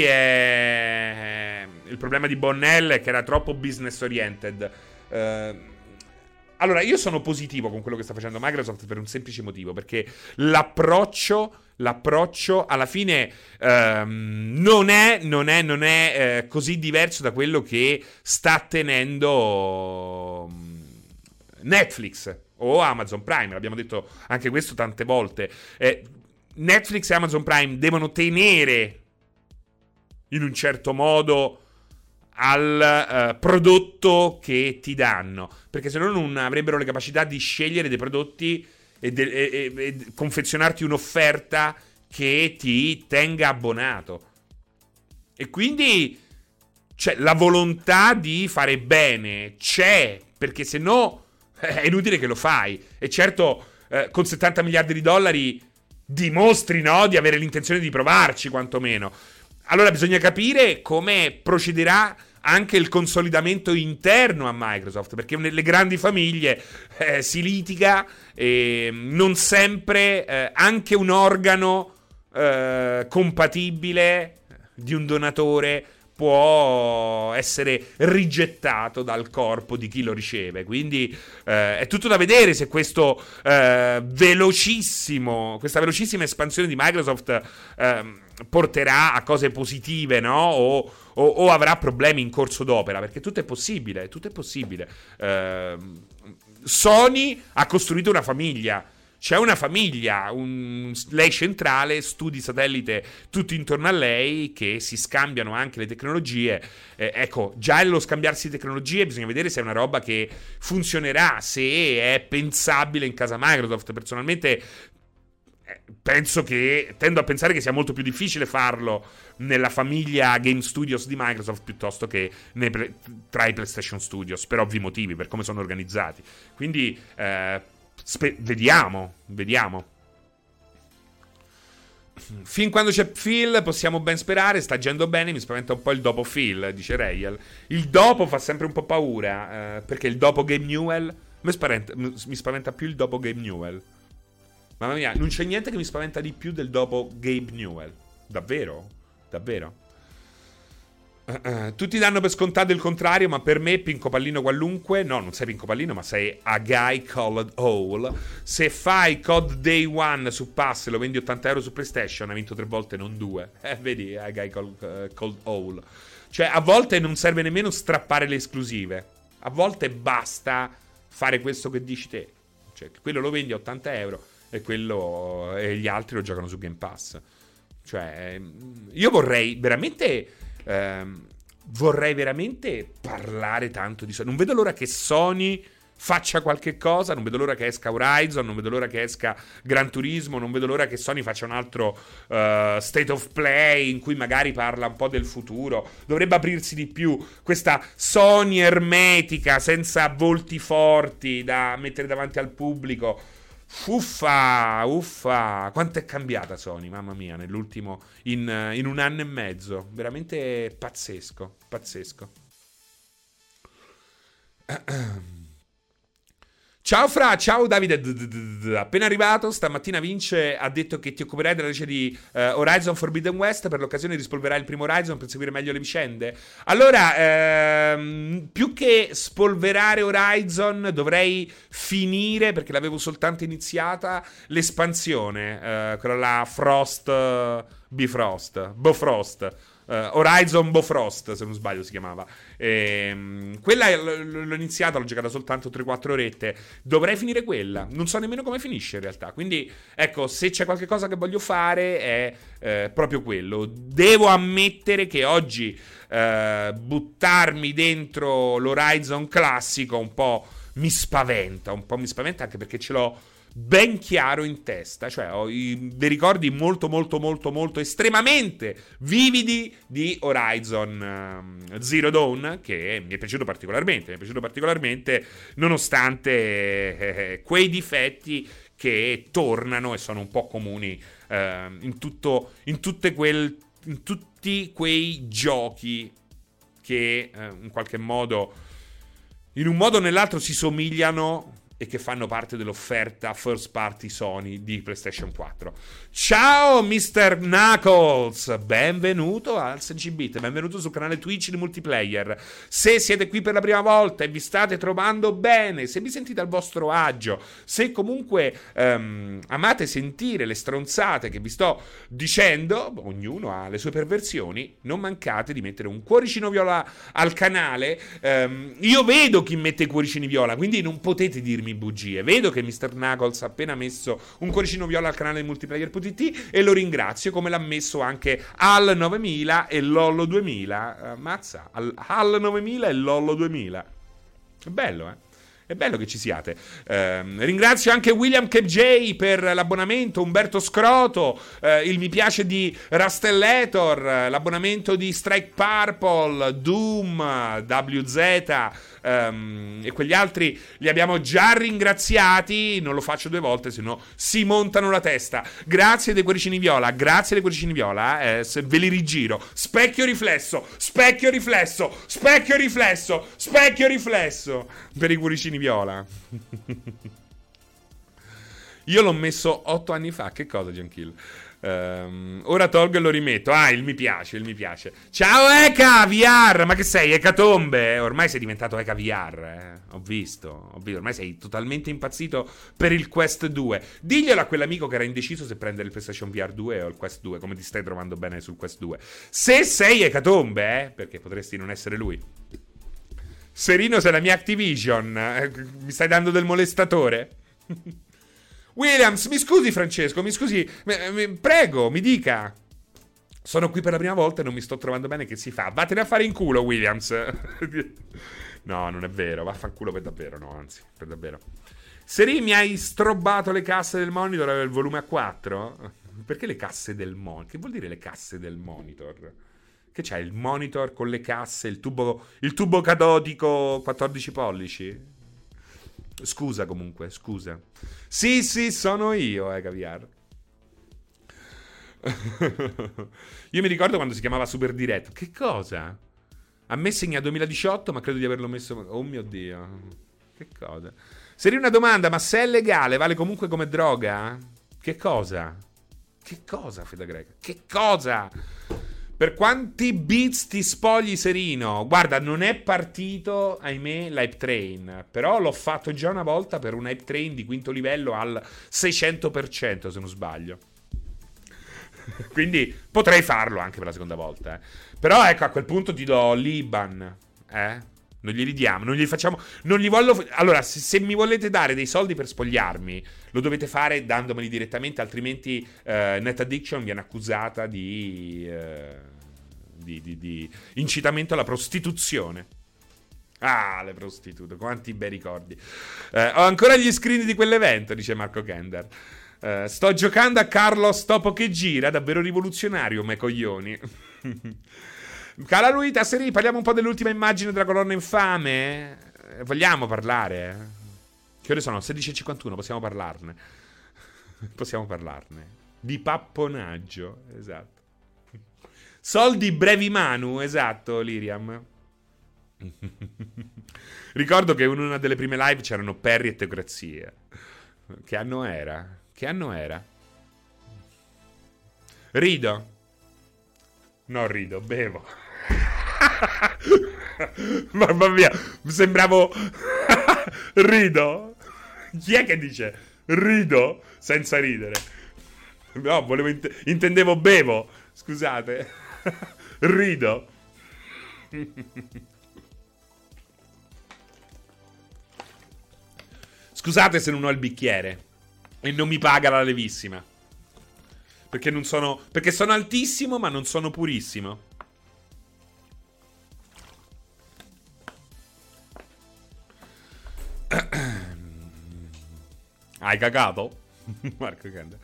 il problema di Bonnell è che era troppo business oriented. Allora, io sono positivo con quello che sta facendo Microsoft per un semplice motivo, perché l'approccio alla fine non è così diverso da quello che sta tenendo Netflix o Amazon Prime. L'abbiamo detto anche questo tante volte. Netflix e Amazon Prime devono tenere in un certo modo al prodotto che ti danno, perché se no non avrebbero le capacità di scegliere dei prodotti e confezionarti un'offerta che ti tenga abbonato. E quindi la volontà di fare bene c'è, perché se no è inutile che lo fai. E certo, con 70 miliardi di dollari dimostri, no, di avere l'intenzione di provarci quantomeno. Allora bisogna capire come procederà anche il consolidamento interno a Microsoft, perché nelle grandi famiglie si litiga e non sempre anche un organo compatibile di un donatore può essere rigettato dal corpo di chi lo riceve. Quindi è tutto da vedere se questa velocissima espansione di Microsoft porterà a cose positive, no? O avrà problemi in corso d'opera, perché tutto è possibile. Sony ha costruito una famiglia. C'è una famiglia, lei centrale, studi satellite tutti intorno a lei che si scambiano anche le tecnologie. Ecco, già lo scambiarsi tecnologie bisogna vedere se è una roba che funzionerà, se è pensabile in casa Microsoft. Personalmente tendo a pensare che sia molto più difficile farlo nella famiglia Game Studios di Microsoft piuttosto che tra i PlayStation Studios, per ovvi motivi, per come sono organizzati. Quindi vediamo. Fin quando c'è Phil possiamo ben sperare. Sta agendo bene. Mi spaventa un po' il dopo Phil, dice Rayel. Il dopo fa sempre un po' paura, perché il dopo Gabe Newell mi spaventa più il dopo Gabe Newell. Mamma mia, non c'è niente che mi spaventa di più del dopo Gabe Newell. Davvero? Tutti danno per scontato il contrario, ma per me Pinco Pallino qualunque. No, non sei Pinco Pallino, ma sei a guy called Owl. Se fai COD Day One su Pass e lo vendi 80 euro su PlayStation, hai vinto 3 volte, non 2. Vedi, a guy called Owl. Cioè, a volte non serve nemmeno strappare le esclusive. A volte basta fare questo che dici te. Cioè, quello lo vendi a 80 euro e gli altri lo giocano su Game Pass. Cioè, io vorrei veramente parlare tanto di Sony. Non vedo l'ora che Sony faccia qualche cosa, non vedo l'ora che esca Horizon, non vedo l'ora che esca Gran Turismo, non vedo l'ora che Sony faccia un altro State of Play in cui magari parla un po' del futuro. Dovrebbe aprirsi di più questa Sony ermetica, senza volti forti da mettere davanti al pubblico. Uffa, quanto è cambiata Sony, mamma mia, nell'ultimo in un anno e mezzo, veramente pazzesco. Ciao Fra, ciao Davide, appena arrivato, stamattina Vince ha detto che ti occuperai della legge di Horizon Forbidden West, per l'occasione rispolverai il primo Horizon per seguire meglio le vicende. Allora, più che spolverare Horizon dovrei finire, perché l'avevo soltanto iniziata, l'espansione, quella là Bofrost, Horizon Bofrost, se non sbaglio si chiamava. Quella l'ho iniziata, l'ho giocata soltanto 3-4 orette. Dovrei finire quella. Non so nemmeno come finisce in realtà. Quindi, ecco, se c'è qualche cosa che voglio fare è proprio quello. Devo ammettere che oggi buttarmi dentro l'Horizon classico un po' mi spaventa anche perché ce l'ho ben chiaro in testa, cioè ho dei ricordi molto molto molto molto estremamente vividi di Horizon Zero Dawn, che mi è piaciuto particolarmente nonostante quei difetti che tornano e sono un po' comuni in tutti quei giochi che in qualche modo, in un modo o nell'altro, si somigliano e che fanno parte dell'offerta first party Sony di PlayStation 4. Ciao Mr. Knuckles, benvenuto al SGBit, benvenuto sul canale Twitch di Multiplayer. Se siete qui per la prima volta e vi state trovando bene, se vi sentite al vostro agio, se comunque amate sentire le stronzate che vi sto dicendo, ognuno ha le sue perversioni, non mancate di mettere un cuoricino viola al canale. Io vedo chi mette i cuoricini viola, quindi non potete dirmi bugie. Vedo che Mr. Knuckles ha appena messo un cuoricino viola al canale Multiplayer PTT e lo ringrazio, come l'ha messo anche Al 9000 e Lollo 2000. Mazza, Al 9000 e Lollo 2000. È bello, eh? È bello che ci siate. Ringrazio anche William KJ per l'abbonamento, Umberto Scroto, il mi piace di Rastellator, l'abbonamento di Strike Purple, Doom, WZ e quegli altri li abbiamo già ringraziati. Non lo faccio 2 volte, sennò si montano la testa. Grazie dei cuoricini viola, grazie dei cuoricini viola. Se ve li rigiro, specchio riflesso, specchio riflesso, specchio riflesso, specchio riflesso per i cuoricini viola. Io l'ho messo 8 anni fa. Che cosa, Giankill? Ora tolgo e lo rimetto. Il mi piace, il mi piace. Ciao Eka VR, ma che sei, Ecatombe? Ormai sei diventato Eka VR, Ho visto. Ormai sei totalmente impazzito per il Quest 2. Diglielo a quell'amico che era indeciso se prendere il PlayStation VR 2 o il Quest 2. Come ti stai trovando bene sul Quest 2? Se sei Ecatombe, perché potresti non essere lui. Serino, sei la mia Activision. Mi stai dando del molestatore? Williams, mi scusi Francesco, mi scusi, prego, mi dica. Sono qui per la prima volta e non mi sto trovando bene, che si fa? Vattene a fare in culo, Williams. No, non è vero, vaffanculo per davvero, no, anzi, per davvero. Seri, mi hai strobbato le casse del monitor il volume a 4? Perché le casse del monitor? Che vuol dire le casse del monitor? Che c'è, il monitor con le casse, il tubo catodico 14 pollici? Scusa comunque, scusa. Sì, sono io, Caviar. Io mi ricordo quando si chiamava Super Direct. Che cosa? A me segna 2018, ma credo di averlo messo... Oh mio Dio. Che cosa? Seria una domanda, ma se è legale vale comunque come droga? Che cosa? Che cosa, Feda Greca? Che cosa? Per quanti bits ti spogli, Serino? Guarda, non è partito, ahimè, l'Hype Train. Però l'ho fatto già una volta per un Hype Train di quinto livello al 600%, se non sbaglio. Quindi potrei farlo anche per la seconda volta. Però ecco, a quel punto ti do l'Iban. Non glieli diamo, non gli facciamo... Non gli voglio... Allora, se mi volete dare dei soldi per spogliarmi, lo dovete fare dandomeli direttamente, altrimenti Net Addiction viene accusata di incitamento alla prostituzione. Le prostitute, quanti bei ricordi. Ho ancora gli screen di quell'evento, dice Marco Kender. Sto giocando a Carlos Topo che gira, davvero rivoluzionario, me coglioni. Cala Luita, Seri, parliamo un po' dell'ultima immagine della colonna infame? Vogliamo parlare? Che ore sono? 16:51, possiamo parlarne. Possiamo parlarne. Di papponaggio, esatto. Soldi brevi manu, esatto, Liriam. Ricordo che in una delle prime live c'erano Perry e Teocrazia. Che anno era? Che anno era? Rido? No, rido, bevo. Mamma mia, sembravo... Rido? Chi è che dice rido senza ridere? No, intendevo bevo. Scusate. Rido. Scusate se non ho il bicchiere e non mi paga la levissima. Perché sono altissimo ma non sono purissimo. Hai cagato? Marco Kender.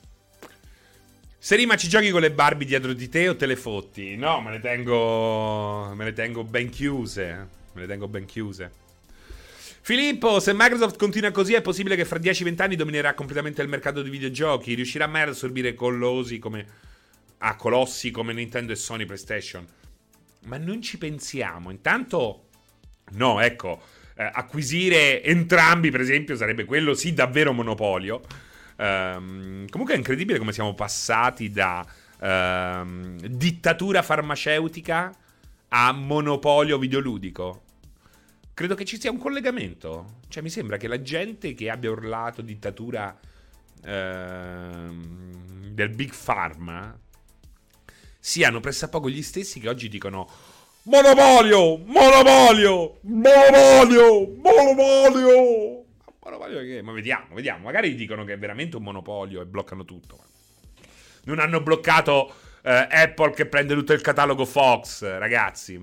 Se Rima ci giochi con le Barbie dietro di te o te le fotti? No, me le tengo ben chiuse. Me le tengo ben chiuse. Filippo, se Microsoft continua così è possibile che fra 10-20 anni dominerà completamente il mercato dei videogiochi. Riuscirà mai ad assorbire colossi come Nintendo e Sony PlayStation? Ma non ci pensiamo. Intanto, no, ecco, acquisire entrambi, per esempio, sarebbe quello sì davvero monopolio. Comunque è incredibile come siamo passati da dittatura farmaceutica a monopolio videoludico. Credo che ci sia un collegamento. Cioè mi sembra che la gente che abbia urlato dittatura del Big Pharma siano pressappoco gli stessi che oggi dicono monopolio, monopolio, monopolio, monopolio. Monopolio che? Ma vediamo. Magari dicono che è veramente un monopolio e bloccano tutto. Non hanno bloccato Apple che prende tutto il catalogo Fox, ragazzi.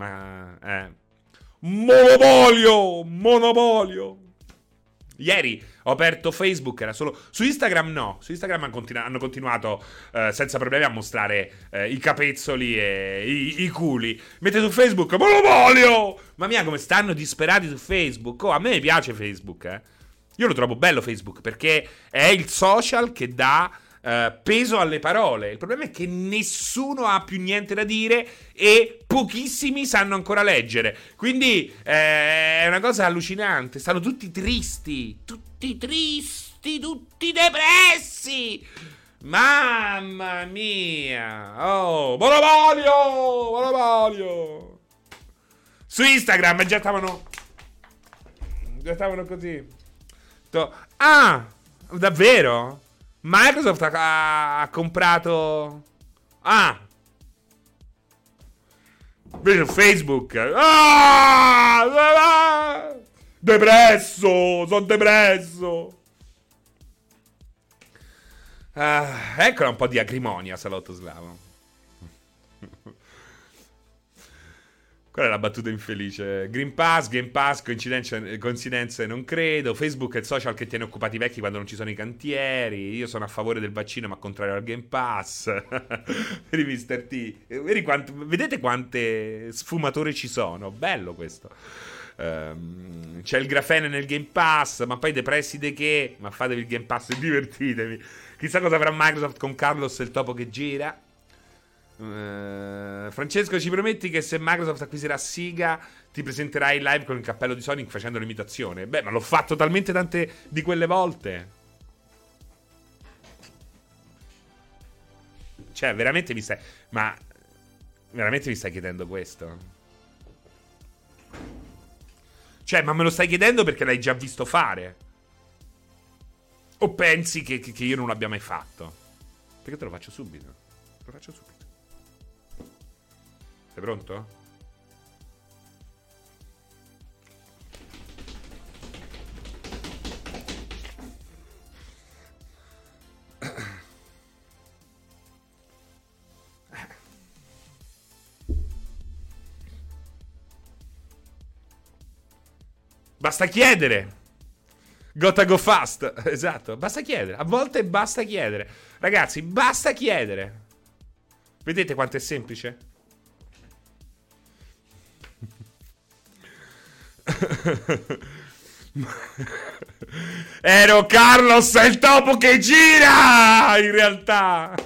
Monopolio. Ieri ho aperto Facebook, era solo... Su Instagram no. Su Instagram hanno continuato senza problemi a mostrare i capezzoli e i culi. Mentre su Facebook, monopolio! Mamma mia, come stanno disperati su Facebook. Oh, a me piace Facebook, Io lo trovo bello Facebook perché è il social che dà peso alle parole. Il problema è che nessuno ha più niente da dire e pochissimi sanno ancora leggere. Quindi è una cosa allucinante. Stanno tutti tristi, tutti depressi. Mamma mia. Oh, monopolio. Su Instagram già stavano così. Ah, davvero? Microsoft ha comprato... Ah! Vedo Facebook. Ah! Depresso! Sono depresso! Eccola un po' di acrimonia, Salotto Slavo. Qual è la battuta infelice? Green Pass, Game Pass, coincidenze non credo. Facebook è il social che tiene occupati i vecchi quando non ci sono i cantieri. Io sono a favore del vaccino ma contrario al Game Pass. Per Mr. T. Vedete quante sfumature ci sono? Bello questo. C'è il grafene nel Game Pass, ma poi depressi di che? Ma fatevi il Game Pass e divertitevi. Chissà cosa avrà Microsoft con Carlos e il topo che gira. Francesco, ci prometti che se Microsoft acquisirà Sega ti presenterai live con il cappello di Sonic facendo l'imitazione? Beh, ma l'ho fatto talmente tante di quelle volte. Cioè, veramente mi stai chiedendo questo? Cioè, ma me lo stai chiedendo perché l'hai già visto fare? O pensi che io non l'abbia mai fatto? Perché te lo faccio subito. Sei pronto? Basta chiedere. Gotta go fast. Esatto, basta chiedere. A volte basta chiedere. Ragazzi, basta chiedere. Vedete quanto è semplice? Ero Carlos il topo che gira in realtà.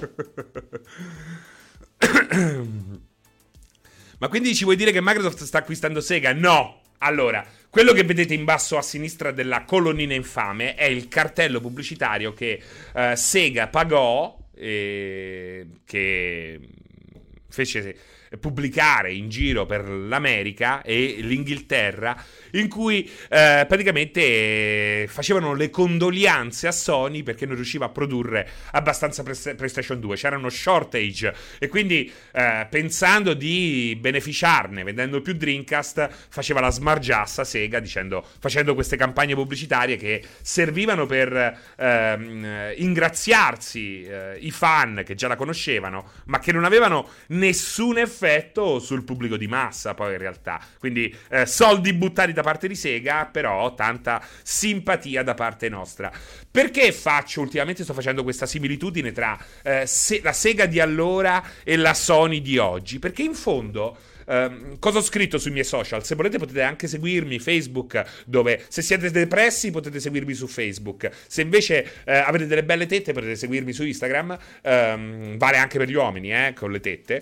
Ma quindi ci vuoi dire che Microsoft sta acquistando Sega? No. Allora, quello che vedete in basso a sinistra della colonnina infame è il cartello pubblicitario che Sega pagò, che fece pubblicare in giro per l'America e l'Inghilterra, in cui praticamente facevano le condoglianze a Sony perché non riusciva a produrre abbastanza PlayStation 2. C'era uno shortage e quindi pensando di beneficiarne vendendo più Dreamcast, faceva la smargiassa Sega facendo queste campagne pubblicitarie che servivano per ingraziarsi i fan che già la conoscevano, ma che non avevano nessun effetto sul pubblico di massa poi in realtà. Quindi soldi buttati da parte di Sega, però tanta simpatia da parte nostra. Perché ultimamente sto facendo questa similitudine tra la Sega di allora e la Sony di oggi? Perché in fondo cosa ho scritto sui miei social? Se volete potete anche seguirmi Facebook, dove se siete depressi potete seguirmi su Facebook. Se invece avete delle belle tette potete seguirmi su Instagram. Vale anche per gli uomini, con le tette.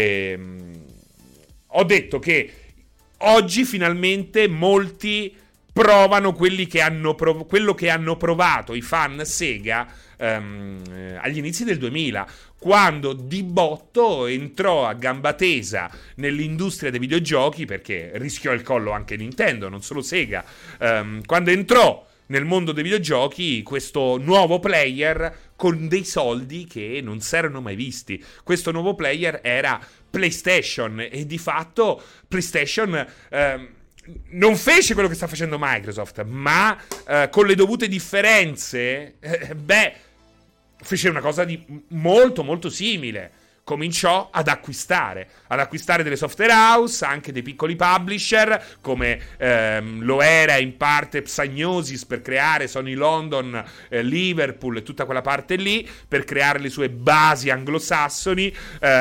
Ho detto che oggi finalmente molti provano quello che hanno provato i fan Sega agli inizi del 2000, quando di botto entrò a gamba tesa nell'industria dei videogiochi, perché rischiò il collo anche Nintendo, non solo Sega, quando entrò nel mondo dei videogiochi questo nuovo player con dei soldi che non si erano mai visti. Questo nuovo player era PlayStation, e di fatto PlayStation non fece quello che sta facendo Microsoft, ma con le dovute differenze, fece una cosa di molto molto simile. Cominciò ad acquistare delle software house, anche dei piccoli publisher, come lo era in parte Psygnosis per creare Sony London, Liverpool e tutta quella parte lì, per creare le sue basi anglosassoni,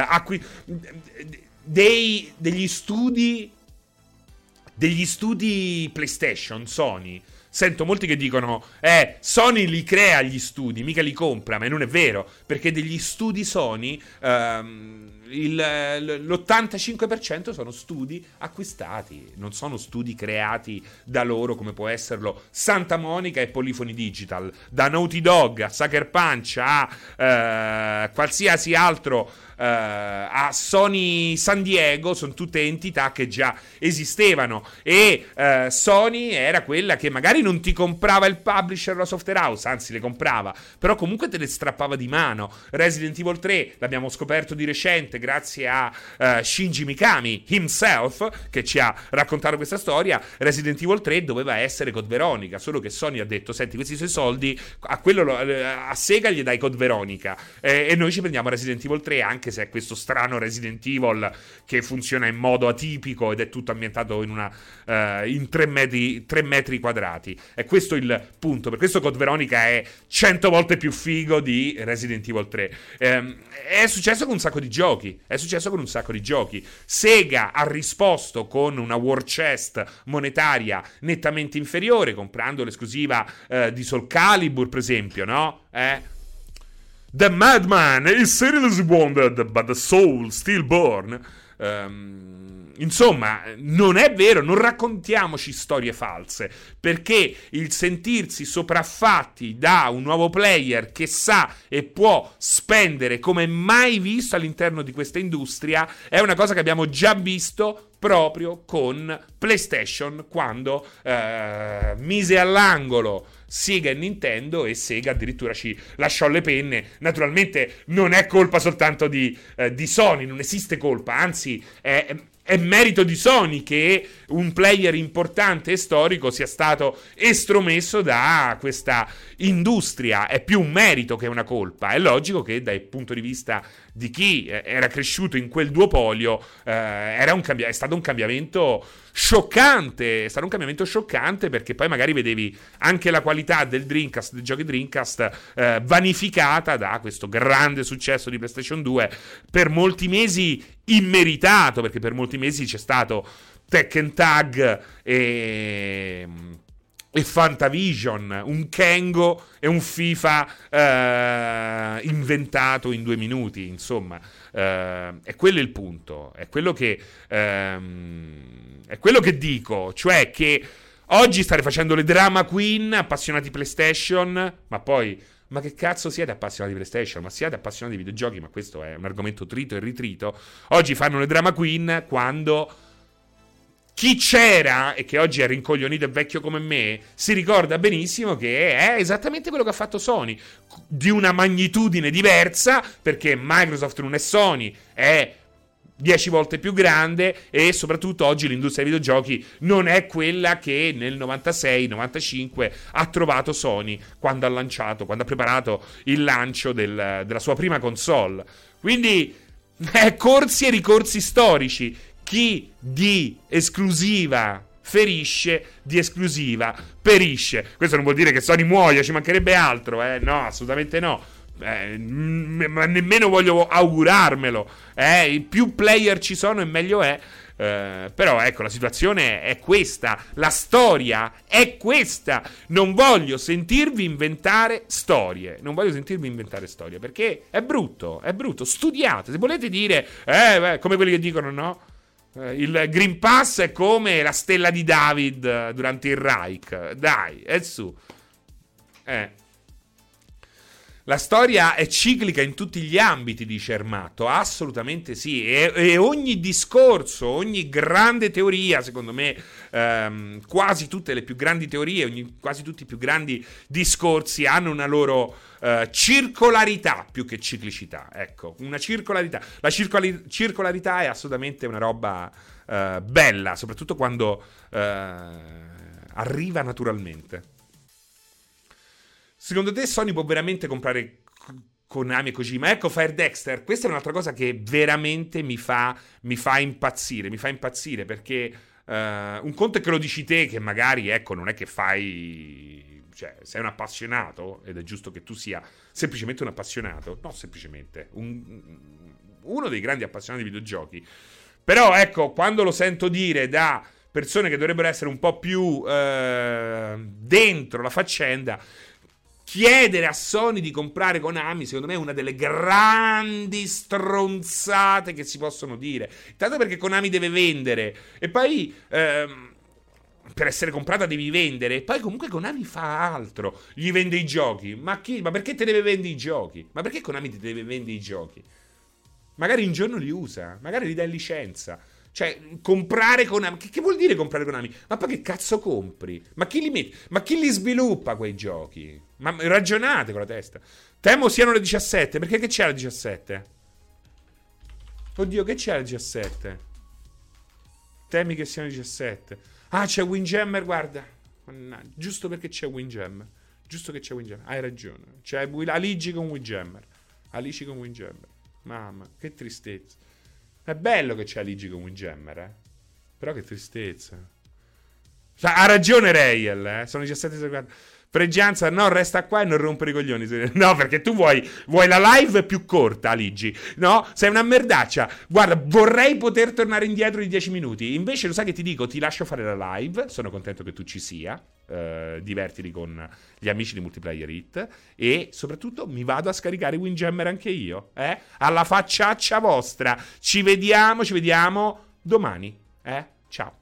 degli studi PlayStation, Sony. Sento molti che dicono Sony li crea gli studi, mica li compra, ma non è vero, perché degli studi Sony l'85% sono studi acquistati, non sono studi creati da loro, come può esserlo Santa Monica e Polyphony Digital. Da Naughty Dog a Sucker Punch a qualsiasi altro, a Sony San Diego, sono tutte entità che già esistevano, e Sony era quella che magari non ti comprava il publisher o la software house, anzi le comprava, però comunque te le strappava di mano. Resident Evil 3 l'abbiamo scoperto di recente grazie a Shinji Mikami himself, che ci ha raccontato questa storia. Resident Evil 3 doveva essere Code Veronica, solo che Sony ha detto: senti, questi suoi soldi a Sega gli dai Code Veronica, e noi ci prendiamo Resident Evil 3, anche se è questo strano Resident Evil che funziona in modo atipico ed è tutto ambientato in 3 metri quadrati. È questo il punto. Per questo Code Veronica è 100 volte più figo di Resident Evil 3. È successo con un sacco di giochi. Sega ha risposto con una war chest monetaria nettamente inferiore, comprando l'esclusiva di Soul Calibur, per esempio, no? The madman is seriously wounded, but the soul still born. Insomma, non è vero, non raccontiamoci storie false, perché il sentirsi sopraffatti da un nuovo player che sa e può spendere come mai visto all'interno di questa industria è una cosa che abbiamo già visto proprio con PlayStation, quando mise all'angolo Sega e Nintendo, e Sega addirittura ci lasciò le penne. Naturalmente non è colpa soltanto di Sony, non esiste colpa, anzi è merito di Sony che un player importante e storico sia stato estromesso da questa industria. È più un merito che una colpa. È logico che dal punto di vista di chi era cresciuto in quel duopolio è stato un cambiamento scioccante. È stato un cambiamento scioccante, perché poi magari vedevi anche la qualità del Dreamcast, dei giochi Dreamcast, vanificata da questo grande successo di PlayStation 2, per molti mesi immeritato, perché per molti mesi c'è stato Tekken Tag e Fantavision, un Kengo e un FIFA inventato in 2 minuti. Insomma, è quello il punto, è quello che dico, cioè che oggi state facendo le drama queen appassionati PlayStation, ma poi ma che cazzo siete appassionati di PlayStation? Ma siete appassionati di videogiochi? Ma questo è un argomento trito e ritrito. Oggi fanno le drama queen quando chi c'era e che oggi è rincoglionito e vecchio come me si ricorda benissimo che è esattamente quello che ha fatto Sony, di una magnitudine diversa, perché Microsoft non è Sony, è 10 volte più grande, e soprattutto oggi l'industria dei videogiochi non è quella che nel 96-95 ha trovato Sony quando ha preparato il lancio della sua prima console. Quindi corsi e ricorsi storici. Chi di esclusiva ferisce, di esclusiva perisce. Questo non vuol dire che Sony muoia, ci mancherebbe altro, no, assolutamente no. Ma nemmeno voglio augurarmelo. Più player ci sono e meglio è. Però ecco, la situazione è questa, la storia è questa. Non voglio sentirvi inventare storie. Perché è brutto. Studiate. Se volete dire, come quelli che dicono, no? Il Green Pass è come la stella di David durante il Reich. Dai, è su. La storia è ciclica in tutti gli ambiti, dice Ermatto. Assolutamente sì. E ogni discorso, ogni grande teoria, secondo me, quasi tutte le più grandi teorie, quasi tutti i più grandi discorsi hanno una loro circolarità più che ciclicità. Ecco, una circolarità. La circolarità è assolutamente una roba bella, soprattutto quando arriva naturalmente. Secondo te Sony può veramente comprare Konami e Kojima? Ecco, Fire Dexter, questa è un'altra cosa che veramente mi fa impazzire, perché un conto è che lo dici te, che magari, ecco, non è che fai, cioè, sei un appassionato, ed è giusto che tu sia semplicemente un appassionato, no, semplicemente uno dei grandi appassionati di videogiochi. Però, ecco, quando lo sento dire da persone che dovrebbero essere un po' più dentro la faccenda, chiedere a Sony di comprare Konami, secondo me, è una delle grandi stronzate che si possono dire. Intanto perché Konami deve vendere, e poi per essere comprata devi vendere, e poi comunque Konami fa altro, gli vende i giochi. Ma perché te deve vendere i giochi? Ma perché Konami ti deve vendere i giochi? Magari un giorno li usa, magari li dai in licenza. Cioè, comprare Konami. Che vuol dire comprare Konami? Ma poi che cazzo compri? Ma chi li mette? Ma chi li sviluppa quei giochi? Ma ragionate con la testa. Temo siano le 17. Perché che c'è alle 17? Oddio, che c'è alle 17? Temi che siano le 17. Ah, c'è Windjammer, guarda. Giusto perché c'è Windjammer. Hai ragione. C'è Aligi con Windjammer. Mamma, che tristezza. È bello che c'è Aligi con Windjammer, però che tristezza. Ha ragione Rayel, sono 17 secondi. Pregianza, no, resta qua e non rompere i coglioni. No, perché tu vuoi la live più corta, Aligi. No, sei una merdaccia. Guarda, vorrei poter tornare indietro di 10 minuti. Invece, lo sai che ti dico? Ti lascio fare la live. Sono contento che tu ci sia. Divertiti con gli amici di Multiplayer Hit. E soprattutto mi vado a scaricare Windjammer anche io. Alla facciaccia vostra. Ci vediamo domani. Ciao.